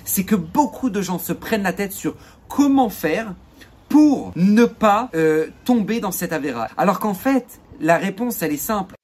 c'est que beaucoup de gens se prennent la tête sur comment faire pour ne pas tomber dans cette avéra. Alors qu'en fait, la réponse, elle est simple.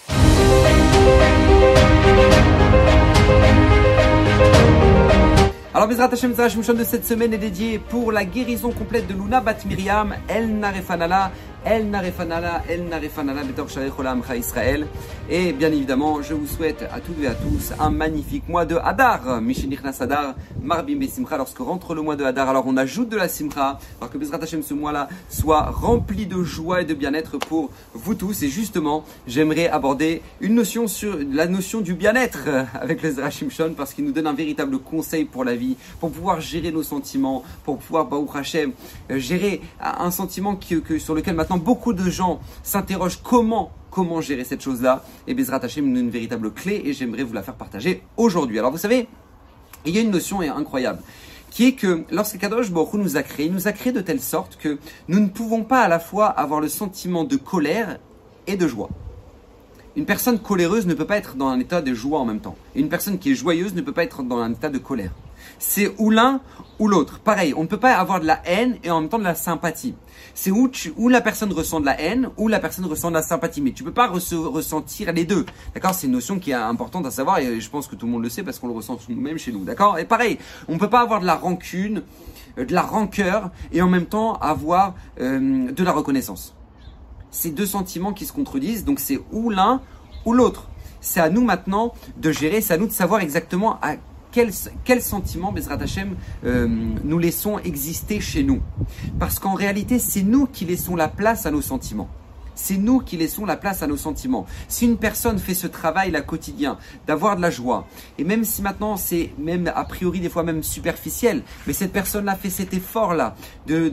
Alors Bezrat Hashem, Zera Shimshon de cette semaine est dédié pour la guérison complète de Luna Bat Miriam, El Narefanala, El Narefanala, El Narefanala, Betor Shalech Olam Cha Israël. Et bien évidemment, je vous souhaite à toutes et à tous un magnifique mois de Hadar, Mishenichnas Hadar, Marbim Besimcha. Lorsque rentre le mois de Hadar, alors on ajoute de la Simcha, alors que Bezrat Hashem, ce mois-là, soit rempli de joie et de bien-être pour vous tous. Et justement, j'aimerais aborder une notion sur la notion du bien-être avec le Zera Shimshon, parce qu'il nous donne un véritable conseil pour la vie, pour pouvoir gérer nos sentiments, pour pouvoir, Baruch Hashem, gérer un sentiment sur lequel maintenant beaucoup de gens s'interrogent comment gérer cette chose-là. Et Bezrat Hashem nous donne une véritable clé et j'aimerais vous la faire partager aujourd'hui. Alors vous savez, il y a une notion incroyable qui est que lorsque Kadosh Baruch Hu nous a créé de telle sorte que nous ne pouvons pas à la fois avoir le sentiment de colère et de joie. Une personne coléreuse ne peut pas être dans un état de joie en même temps. Et une personne qui est joyeuse ne peut pas être dans un état de colère. C'est ou l'un ou l'autre. Pareil, on ne peut pas avoir de la haine et en même temps de la sympathie. C'est où la personne ressent de la haine ou la personne ressent de la sympathie. Mais tu ne peux pas ressentir les deux. D'accord? C'est une notion qui est importante à savoir et je pense que tout le monde le sait parce qu'on le ressent nous-mêmes chez nous. D'accord? Et pareil, on ne peut pas avoir de la rancune, de la rancœur et en même temps avoir de la reconnaissance. C'est deux sentiments qui se contredisent, donc c'est ou l'un ou l'autre. C'est à nous maintenant de gérer, c'est à nous de savoir exactement à quel sentiment, Bezrat Hashem, nous laissons exister chez nous. Parce qu'en réalité, c'est nous qui laissons la place à nos sentiments. C'est nous qui laissons la place à nos sentiments. Si une personne fait ce travail-là quotidien, d'avoir de la joie, et même si maintenant c'est même a priori des fois même superficiel, mais cette personne-là fait cet effort-là de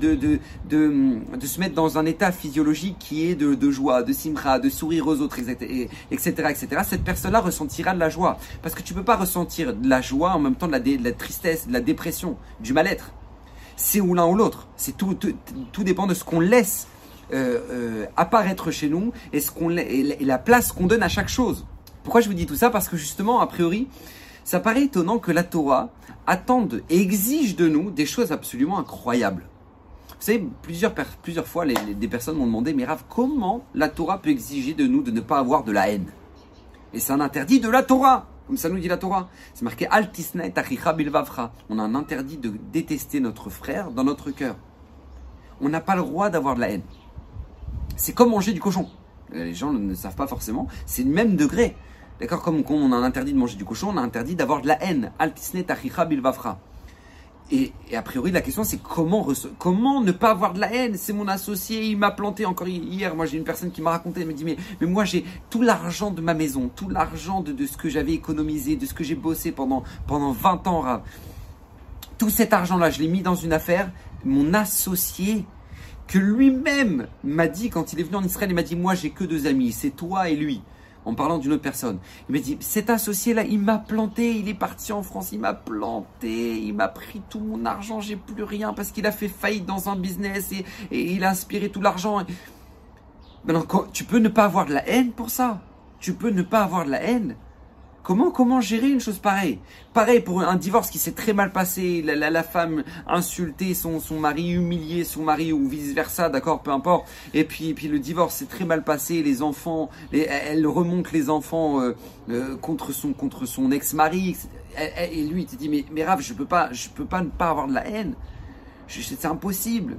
se mettre dans un état physiologique qui est de joie, de simcha, de sourire aux autres, etc., etc., cette personne-là ressentira de la joie. Parce que tu ne peux pas ressentir de la joie en même temps de la tristesse, de la dépression, du mal-être. C'est ou l'un ou l'autre. C'est tout dépend de ce qu'on laisse apparaître chez nous et la place qu'on donne à chaque chose. Pourquoi je vous dis tout ça? Parce que justement, a priori, ça paraît étonnant que la Torah attende et exige de nous des choses absolument incroyables. Vous savez, plusieurs fois, des personnes m'ont demandé, mais Rav, comment la Torah peut exiger de nous de ne pas avoir de la haine? Et c'est un interdit de la Torah. Comme ça nous dit la Torah. C'est marqué Al tisna et achicha bilvavcha. On a un interdit de détester notre frère dans notre cœur. On n'a pas le droit d'avoir de la haine. C'est comme manger du cochon. Les gens ne savent pas forcément. C'est le même degré. D'accord? Comme on a un interdit de manger du cochon, on a interdit d'avoir de la haine. Al tisne tachicha bilvafra. Et a priori, la question c'est comment ne pas avoir de la haine? C'est mon associé, il m'a planté encore hier. Moi, j'ai une personne qui m'a raconté, elle me dit mais moi j'ai tout l'argent de ma maison, tout l'argent de ce que j'avais économisé, de ce que j'ai bossé pendant 20 ans. Rav. Tout cet argent-là, je l'ai mis dans une affaire. Mon associé, que lui-même m'a dit, quand il est venu en Israël, il m'a dit, moi j'ai que deux amis, c'est toi et lui, en parlant d'une autre personne. Il m'a dit, cet associé-là, il m'a planté, il est parti en France, il m'a planté, il m'a pris tout mon argent, j'ai plus rien, parce qu'il a fait faillite dans un business et il a aspiré tout l'argent. Maintenant, tu peux ne pas avoir de la haine pour ça. Tu peux ne pas avoir de la haine. Comment gérer une chose pareille? Pareil pour un divorce qui s'est très mal passé, la femme insulté son mari, humilié son mari ou vice versa, d'accord, peu importe. Et puis le divorce s'est très mal passé, les enfants, elle remonte les enfants contre son ex-mari. Et lui il te dit mais Rav, je peux pas ne pas avoir de la haine. C'est impossible,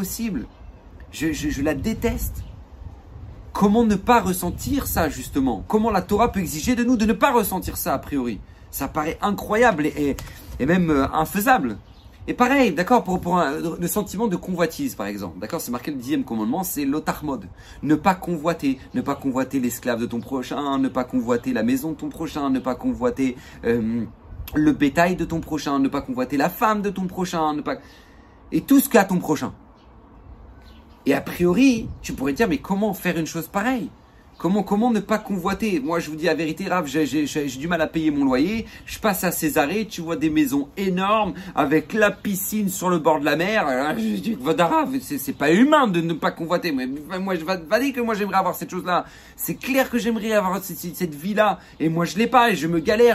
je la déteste. Comment ne pas ressentir ça, justement? Comment la Torah peut exiger de nous de ne pas ressentir ça, a priori? Ça paraît incroyable et même infaisable. Et pareil, d'accord, pour le sentiment de convoitise, par exemple. D'accord, c'est marqué le 10e commandement, c'est l'otachmod. Ne pas convoiter l'esclave de ton prochain, ne pas convoiter la maison de ton prochain, ne pas convoiter le bétail de ton prochain, ne pas convoiter la femme de ton prochain, et tout ce qu'a ton prochain. Et a priori, tu pourrais dire, mais comment faire une chose pareille? Comment ne pas convoiter? Moi, je vous dis la vérité, Rav, j'ai du mal à payer mon loyer. Je passe à Césarée, tu vois des maisons énormes avec la piscine sur le bord de la mer. Je dis, Rav, c'est pas humain de ne pas convoiter. Mais moi, je vais dire que moi, j'aimerais avoir cette chose-là. C'est clair que j'aimerais avoir cette vie-là. Et moi, je l'ai pas. Et je me galère.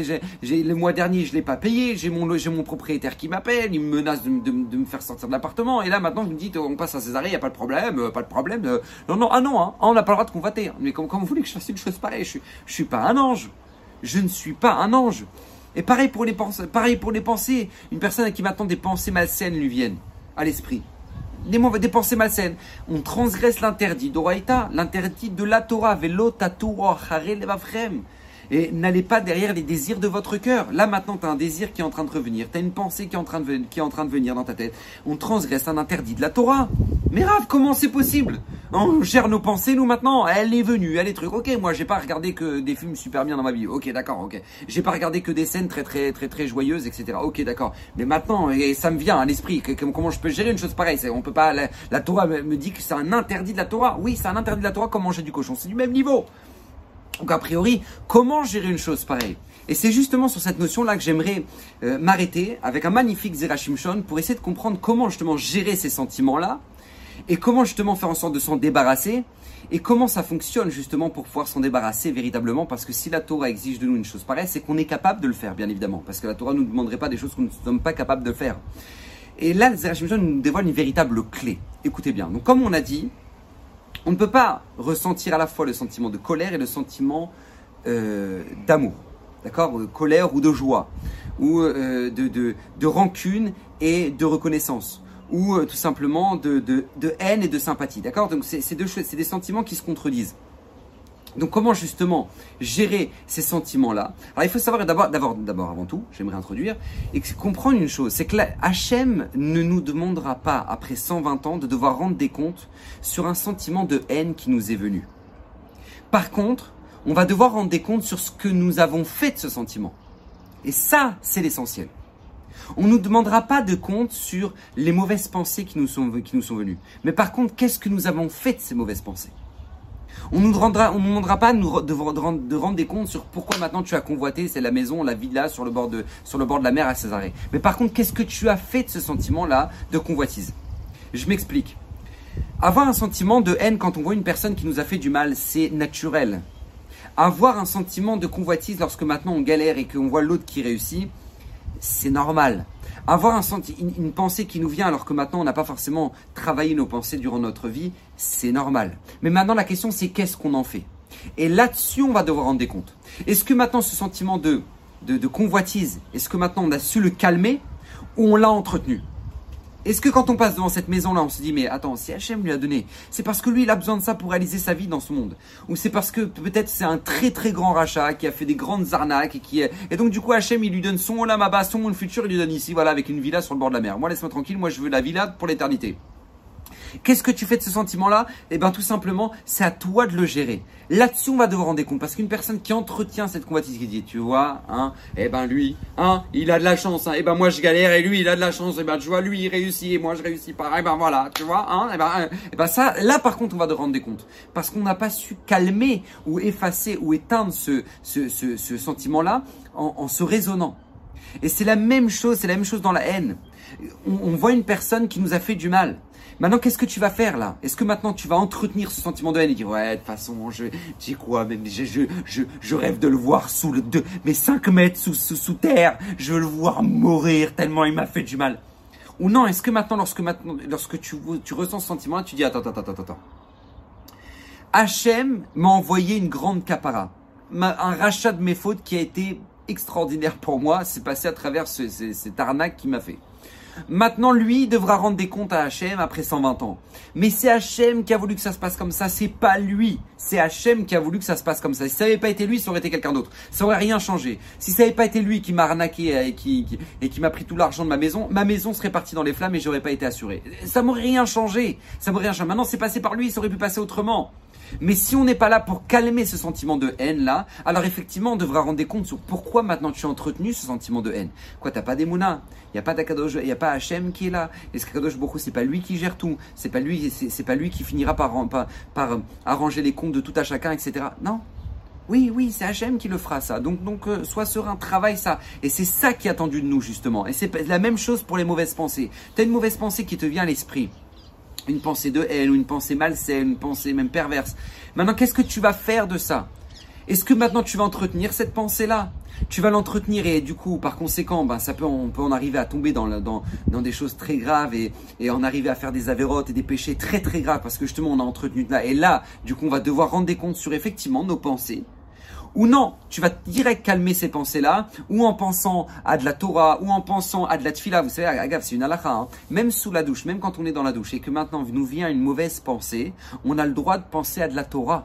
Le mois dernier, je l'ai pas payé. J'ai mon propriétaire qui m'appelle. Il me menace de me faire sortir de l'appartement. Et là, maintenant, vous me dites, on passe à Césarée, il y a pas de problème, pas de problème. Non, hein, on n'a pas le droit de convoiter. Mais comment vous voulez que je fasse une chose pareille? Je suis pas un ange. Je ne suis pas un ange. Et pareil pour les pensées. Une personne à qui maintenant des pensées malsaines lui viennent à l'esprit. Des pensées malsaines. On transgresse l'interdit d'Oraïta, l'interdit de la Torah. Velo tatura charel levavchem. Et n'allez pas derrière les désirs de votre cœur. Là, maintenant, tu as un désir qui est en train de revenir. Tu as une pensée qui est en train de venir dans ta tête. On transgresse un interdit de la Torah. Mais Rav, comment c'est possible? On gère nos pensées, nous, maintenant. Elle est venue, elle est truc. Ok, moi, j'ai pas regardé que des films super bien dans ma vie. Ok, d'accord, ok. J'ai pas regardé que des scènes très joyeuses, etc. Ok, d'accord. Mais maintenant, et ça me vient à l'esprit. Comment je peux gérer une chose pareille? On peut pas, la Torah me dit que c'est un interdit de la Torah. Oui, c'est un interdit de la Torah comme manger du cochon. C'est du même niveau. Donc a priori, comment gérer une chose pareille? Et c'est justement sur cette notion-là que j'aimerais m'arrêter avec un magnifique Zera Shimshon pour essayer de comprendre comment justement gérer ces sentiments-là et comment justement faire en sorte de s'en débarrasser et comment ça fonctionne justement pour pouvoir s'en débarrasser véritablement, parce que si la Torah exige de nous une chose pareille, c'est qu'on est capable de le faire, bien évidemment, parce que la Torah ne nous demanderait pas des choses que nous ne sommes pas capables de faire. Et là, Zera Shimshon nous dévoile une véritable clé. Écoutez bien. Donc comme on a dit, on ne peut pas ressentir à la fois le sentiment de colère et le sentiment d'amour, d'accord, colère ou de joie, ou de rancune et de reconnaissance, ou tout simplement de haine et de sympathie, d'accord. Donc c'est deux choses, c'est des sentiments qui se contredisent. Donc comment justement gérer ces sentiments-là? Alors il faut savoir d'abord avant tout, j'aimerais introduire et comprendre une chose, c'est que Hachem ne nous demandera pas après 120 ans de devoir rendre des comptes sur un sentiment de haine qui nous est venu. Par contre, on va devoir rendre des comptes sur ce que nous avons fait de ce sentiment. Et ça, c'est l'essentiel. On ne nous demandera pas de compte sur les mauvaises pensées qui nous sont venues. Mais par contre, qu'est-ce que nous avons fait de ces mauvaises pensées? On nous demandera pas de rendre des comptes sur pourquoi maintenant tu as convoité, c'est la maison, la villa sur le bord de la mer à Césarée. Mais par contre, qu'est-ce que tu as fait de ce sentiment-là de convoitise? Je m'explique. Avoir un sentiment de haine quand on voit une personne qui nous a fait du mal, c'est naturel. Avoir un sentiment de convoitise lorsque maintenant on galère et qu'on voit l'autre qui réussit, c'est normal. Avoir une pensée qui nous vient alors que maintenant on n'a pas forcément travaillé nos pensées durant notre vie, c'est normal. Mais maintenant la question c'est qu'est-ce qu'on en fait? Et là-dessus on va devoir rendre des comptes. Est-ce que maintenant ce sentiment de convoitise, est-ce que maintenant on a su le calmer ou on l'a entretenu? Est-ce que quand on passe devant cette maison-là, on se dit, mais attends, si Hachem lui a donné, c'est parce que lui, il a besoin de ça pour réaliser sa vie dans ce monde? Ou c'est parce que peut-être c'est un très très grand rachat qui a fait des grandes arnaques et donc du coup Hachem, il lui donne son olam haba, son monde futur, il lui donne ici, voilà, avec une villa sur le bord de la mer. Moi, laisse-moi tranquille, moi je veux la villa pour l'éternité. Qu'est-ce que tu fais de ce sentiment-là? Eh bien, tout simplement, c'est à toi de le gérer. Là-dessus, on va devoir rendre compte. Parce qu'une personne qui entretient cette convoitise, qui dit, tu vois, eh ben lui, il a de la chance, eh ben moi je galère et lui, il a de la chance, eh ben tu vois, lui il réussit et moi je réussis pas, eh ben voilà, tu vois, eh ben ça, là par contre, on va devoir rendre des comptes. Parce qu'on n'a pas su calmer ou effacer ou éteindre ce sentiment-là en se raisonnant. Et c'est la même chose dans la haine. On voit une personne qui nous a fait du mal. Maintenant, qu'est-ce que tu vas faire là? Est-ce que maintenant tu vas entretenir ce sentiment de haine et dire ouais, de toute façon, je rêve de le voir sous mes 5 mètres sous terre, je veux le voir mourir tellement il m'a fait du mal. Ou non, est-ce que maintenant, lorsque tu ressens ce sentiment-là, tu dis attends. Hachem m'a envoyé une grande capara, un rachat de mes fautes qui a été extraordinaire pour moi, c'est passé à travers cette arnaque qu'il m'a fait. Maintenant, lui, il devra rendre des comptes à Hachem après 120 ans. Mais c'est Hachem qui a voulu que ça se passe comme ça, c'est pas lui. C'est Hachem qui a voulu que ça se passe comme ça. Si ça n'avait pas été lui, ça aurait été quelqu'un d'autre. Ça aurait rien changé. Si ça n'avait pas été lui qui m'a arnaqué et qui m'a pris tout l'argent de ma maison serait partie dans les flammes et j'aurais pas été assuré. Ça m'aurait rien changé. Maintenant, c'est passé par lui, ça aurait pu passer autrement. Mais si on n'est pas là pour calmer ce sentiment de haine-là, alors effectivement, on devra rendre compte sur pourquoi maintenant tu as entretenu ce sentiment de haine. Quoi, t'as pas d'Emouna, il n'y a pas d'Akadosh, il n'y a pas Hachem qui est là. Et ce Kadosh Baruch Hu, c'est pas lui qui gère tout. C'est pas lui qui finira par arranger les comptes de tout à chacun, etc. Non. Oui, c'est Hachem qui le fera ça. Donc, sois serein, travaille ça. Et c'est ça qui est attendu de nous, justement. Et c'est la même chose pour les mauvaises pensées. Tu as une mauvaise pensée qui te vient à l'esprit. Une pensée de haine, ou une pensée malsaine, une pensée même perverse. Maintenant, qu'est-ce que tu vas faire de ça? Est-ce que maintenant tu vas entretenir cette pensée-là? Tu vas l'entretenir et du coup, par conséquent, on peut en arriver à tomber dans des choses très graves et en arriver à faire des avérotes et des péchés très très graves parce que justement on a entretenu là. Et là, du coup, on va devoir rendre des comptes sur effectivement nos pensées. Ou non, tu vas direct calmer ces pensées-là, ou en pensant à de la Torah, ou en pensant à de la Tfila. Vous savez, agave, c'est une halakha, hein. Même sous la douche, même quand on est dans la douche, et que maintenant nous vient une mauvaise pensée, on a le droit de penser à de la Torah.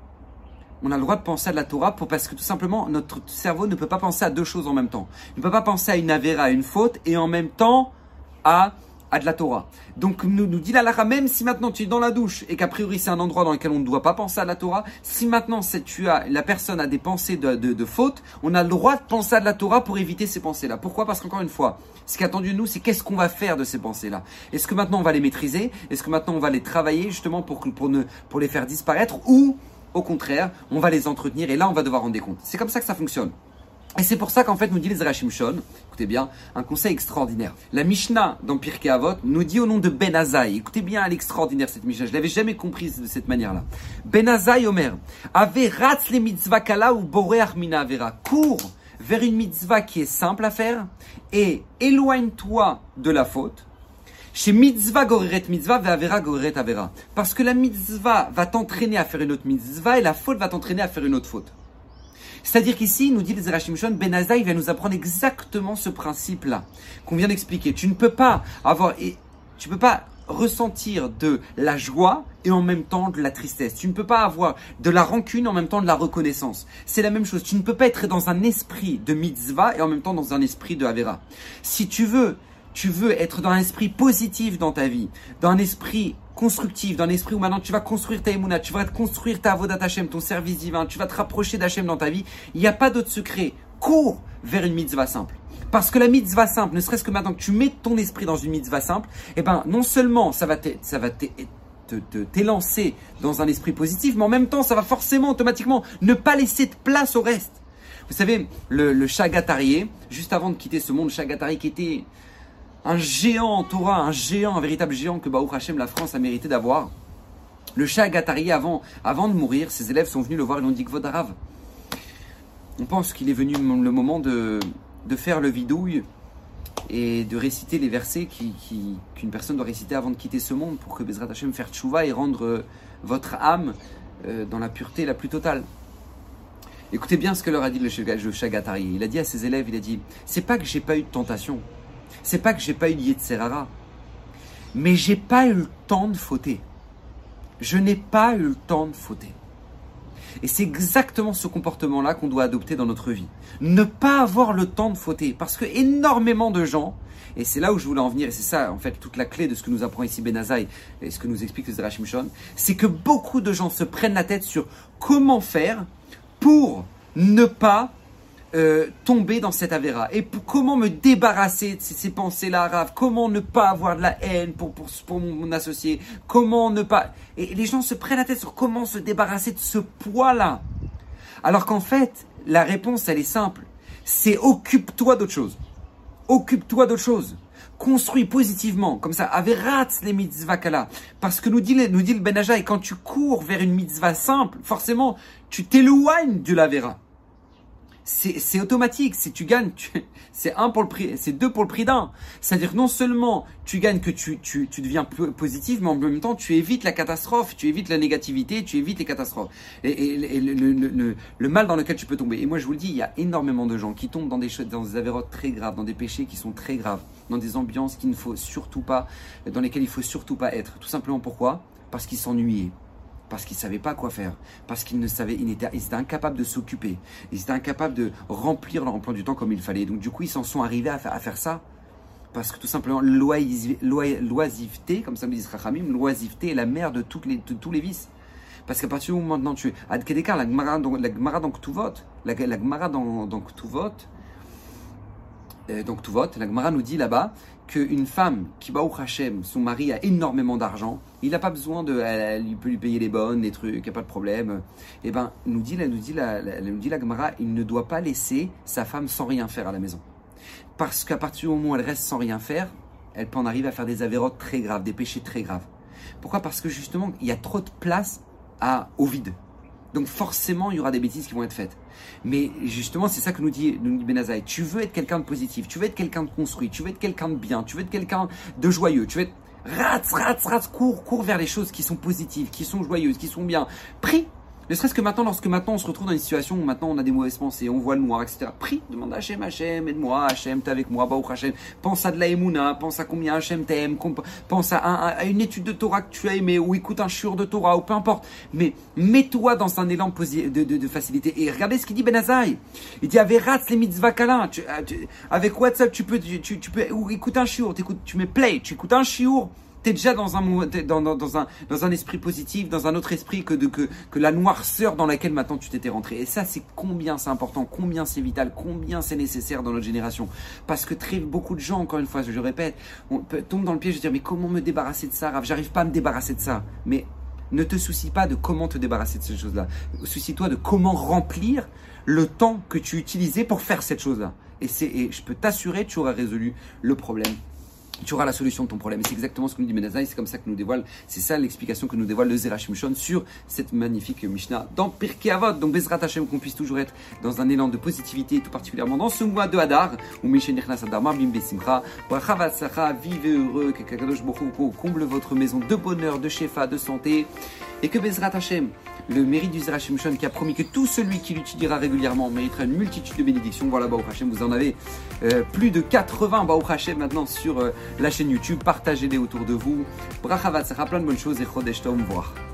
On a le droit de penser à de la Torah parce que tout simplement, notre cerveau ne peut pas penser à deux choses en même temps. Il ne peut pas penser à une avéra, à une faute, et en même temps à de la Torah. Donc nous dit la halakha, même si maintenant tu es dans la douche et qu'a priori c'est un endroit dans lequel on ne doit pas penser à la Torah, si maintenant la personne a des pensées de faute, on a le droit de penser à de la Torah pour éviter ces pensées-là. Pourquoi? Parce qu'encore une fois, ce qui est attendu de nous, c'est qu'est-ce qu'on va faire de ces pensées-là. Est-ce que maintenant on va les maîtriser? Est-ce que maintenant on va les travailler justement pour les faire disparaître? Ou au contraire, on va les entretenir et là on va devoir rendre des comptes. C'est comme ça que ça fonctionne. Et c'est pour ça qu'en fait nous dit les Ezra Shimshon, écoutez bien, un conseil extraordinaire. La Mishnah dans Pirkei Avot nous dit au nom de Ben Azaï, écoutez bien l'extraordinaire cette Mishnah, je l'avais jamais comprise de cette manière-là. Ben Azaï Omer, Averatz le mitzvah kala ou boreach mina avera, cours vers une mitzvah qui est simple à faire et éloigne-toi de la faute. Chez mitzvah goreret mitzvah ve avera goreret avera. Parce que la mitzvah va t'entraîner à faire une autre mitzvah et la faute va t'entraîner à faire une autre faute. C'est-à-dire qu'ici, nous dit les Ezra Shimshon, Ben Azaï va nous apprendre exactement ce principe-là qu'on vient d'expliquer. Tu ne peux pas ressentir de la joie et en même temps de la tristesse. Tu ne peux pas avoir de la rancune et en même temps de la reconnaissance. C'est la même chose. Tu ne peux pas être dans un esprit de mitzvah et en même temps dans un esprit de avera. Si tu veux être dans un esprit positif dans ta vie, dans un esprit constructif, dans un esprit où maintenant tu vas construire ta émouna, tu vas construire ta avodat Hashem, ton service divin, tu vas te rapprocher d'Hashem dans ta vie, il n'y a pas d'autre secret. Cours vers une mitzvah simple. Parce que la mitzvah simple, ne serait-ce que maintenant que tu mets ton esprit dans une mitzvah simple, non seulement ça va t'élancer dans un esprit positif, mais en même temps, ça va forcément, automatiquement, ne pas laisser de place au reste. Vous savez, le Shagatarié, juste avant de quitter ce monde, Shagatari qui était un géant en Torah, un véritable géant que Baruch Hashem, la France a mérité d'avoir. Le Shagatari, avant de mourir, ses élèves sont venus le voir et lui ont dit Kvod Harav, on pense qu'il est venu le moment de faire le vidouille et de réciter les versets qu'une personne doit réciter avant de quitter ce monde pour que Bezrat Hashem fasse tchouva et rendre votre âme dans la pureté la plus totale. Écoutez bien ce que leur a dit le Shagatari. Il a dit à ses élèves, il a dit, c'est pas que j'ai pas eu de tentation, c'est pas que j'ai pas eu de Yetzer Hara, mais j'ai pas eu le temps de fauter. Je n'ai pas eu le temps de fauter. Et c'est exactement ce comportement-là qu'on doit adopter dans notre vie. Ne pas avoir le temps de fauter. Parce que énormément de gens, et c'est là où je voulais en venir, et c'est ça en fait toute la clé de ce que nous apprend ici Ben Azaï, et ce que nous explique le Ezra Shimshon, c'est que beaucoup de gens se prennent la tête sur comment faire pour ne pas tomber dans cette avéra. Et comment me débarrasser de ces pensées-là, Rav, comment ne pas avoir de la haine pour mon associé, comment ne pas... Et les gens se prennent la tête sur comment se débarrasser de ce poids-là. Alors qu'en fait, la réponse, elle est simple. C'est occupe-toi d'autre chose. Occupe-toi d'autre chose. Construis positivement, comme ça, avératz les mitzvah kala. Parce que nous dit le Ben Azaï, quand tu cours vers une mitzvah simple, forcément, tu t'éloignes de l'avéra. C'est automatique, si tu gagnes, c'est 2 pour le prix d'un. C'est-à-dire non seulement tu gagnes que tu deviens positif, mais en même temps tu évites la catastrophe, tu évites la négativité, tu évites les catastrophes. Et le mal dans lequel tu peux tomber. Et moi je vous le dis, il y a énormément de gens qui tombent dans des avérotes très graves, dans des péchés qui sont très graves, dans des ambiances qu'il ne faut surtout pas, dans lesquelles il ne faut surtout pas être. Tout simplement pourquoi? Parce qu'ils s'ennuyaient. Parce qu'ils ne savaient pas quoi faire, parce qu'ils étaient incapables de s'occuper, ils étaient incapables de remplir leur emploi du temps comme il fallait. Donc du coup, ils s'en sont arrivés à faire ça, parce que tout simplement, l'oisiveté, comme ça me dit Rachamim, l'oisiveté est la mère de tous les vices. Parce qu'à partir du moment où maintenant tu es. Ad Kedekar, la Gemara dans Ktuvot, la Gemara dans Ktuvot, la Gemara nous dit là-bas qu'une femme qui, Baruch Hashem, son mari a énormément d'argent, il n'a pas besoin il peut lui payer les bonnes, les trucs, il n'y a pas de problème. Et ben, nous dit la Gemara, il ne doit pas laisser sa femme sans rien faire à la maison. Parce qu'à partir du moment où elle reste sans rien faire, elle peut en arriver à faire des avérotes très graves, des péchés très graves. Pourquoi? Parce que justement, il y a trop de place au vide. Donc forcément, il y aura des bêtises qui vont être faites. Mais justement, c'est ça que nous dit Ben Azaï. Tu veux être quelqu'un de positif, tu veux être quelqu'un de construit, tu veux être quelqu'un de bien, tu veux être quelqu'un de joyeux, tu veux être cours vers les choses qui sont positives, qui sont joyeuses, qui sont bien. Prie. Ne serait-ce que maintenant, lorsque maintenant on se retrouve dans une situation où maintenant on a des mauvaises pensées, on voit le noir, etc. Prie, demande à Hachem, aide-moi, Hachem, t'es avec moi, Baruch Hachem. Pense à de la Emouna, pense à combien Hachem t'aime, pense à une étude de Torah que tu as aimée, ou écoute un shiur de Torah, ou peu importe. Mais mets-toi dans un élan de facilité. Et regardez ce qu'il dit Ben Azaï. Il dit, Averatz les mitzvah kalin. Avec WhatsApp, tu peux, ou écoute un shiur, tu mets play, tu écoutes un shiur. T'es déjà dans un esprit positif, dans un autre esprit que la noirceur dans laquelle maintenant tu t'étais rentré. Et ça, c'est combien c'est important, combien c'est vital, combien c'est nécessaire dans notre génération. Parce que beaucoup de gens, encore une fois, je le répète, tombent dans le piège de dire mais comment me débarrasser de ça, Rav? J'arrive pas à me débarrasser de ça. Mais ne te soucie pas de comment te débarrasser de ces choses-là. Soucie-toi de comment remplir le temps que tu utilisais pour faire cette chose-là. Et je peux t'assurer, tu auras résolu le problème. Tu auras la solution de ton problème. Et c'est exactement ce que nous dit Ben Azaï, c'est comme ça que nous dévoile, c'est ça l'explication que nous dévoile le Zera Shimshon sur cette magnifique Mishnah dans Pirkei Avot. Donc Bezrat Hashem, qu'on puisse toujours être dans un élan de positivité, tout particulièrement dans ce mois de Hadar, où Mishen Nechnas Adar Marbim Besimcha, Bracha Vatsacha, vivez heureux, que Kadosh Baruch Hu comble votre maison de bonheur, de shefa, de santé, et que Bezrat Hashem, le mérite du Zera Shimshon qui a promis que tout celui qui l'utilisera régulièrement méritera une multitude de bénédictions. Voilà, Baruch Hashem, vous en avez plus de 80 Baruch Hashem maintenant sur la chaîne YouTube. Partagez-les autour de vous. Bracha Vatsacha, plein de bonnes choses et Chodesh Tov, voir.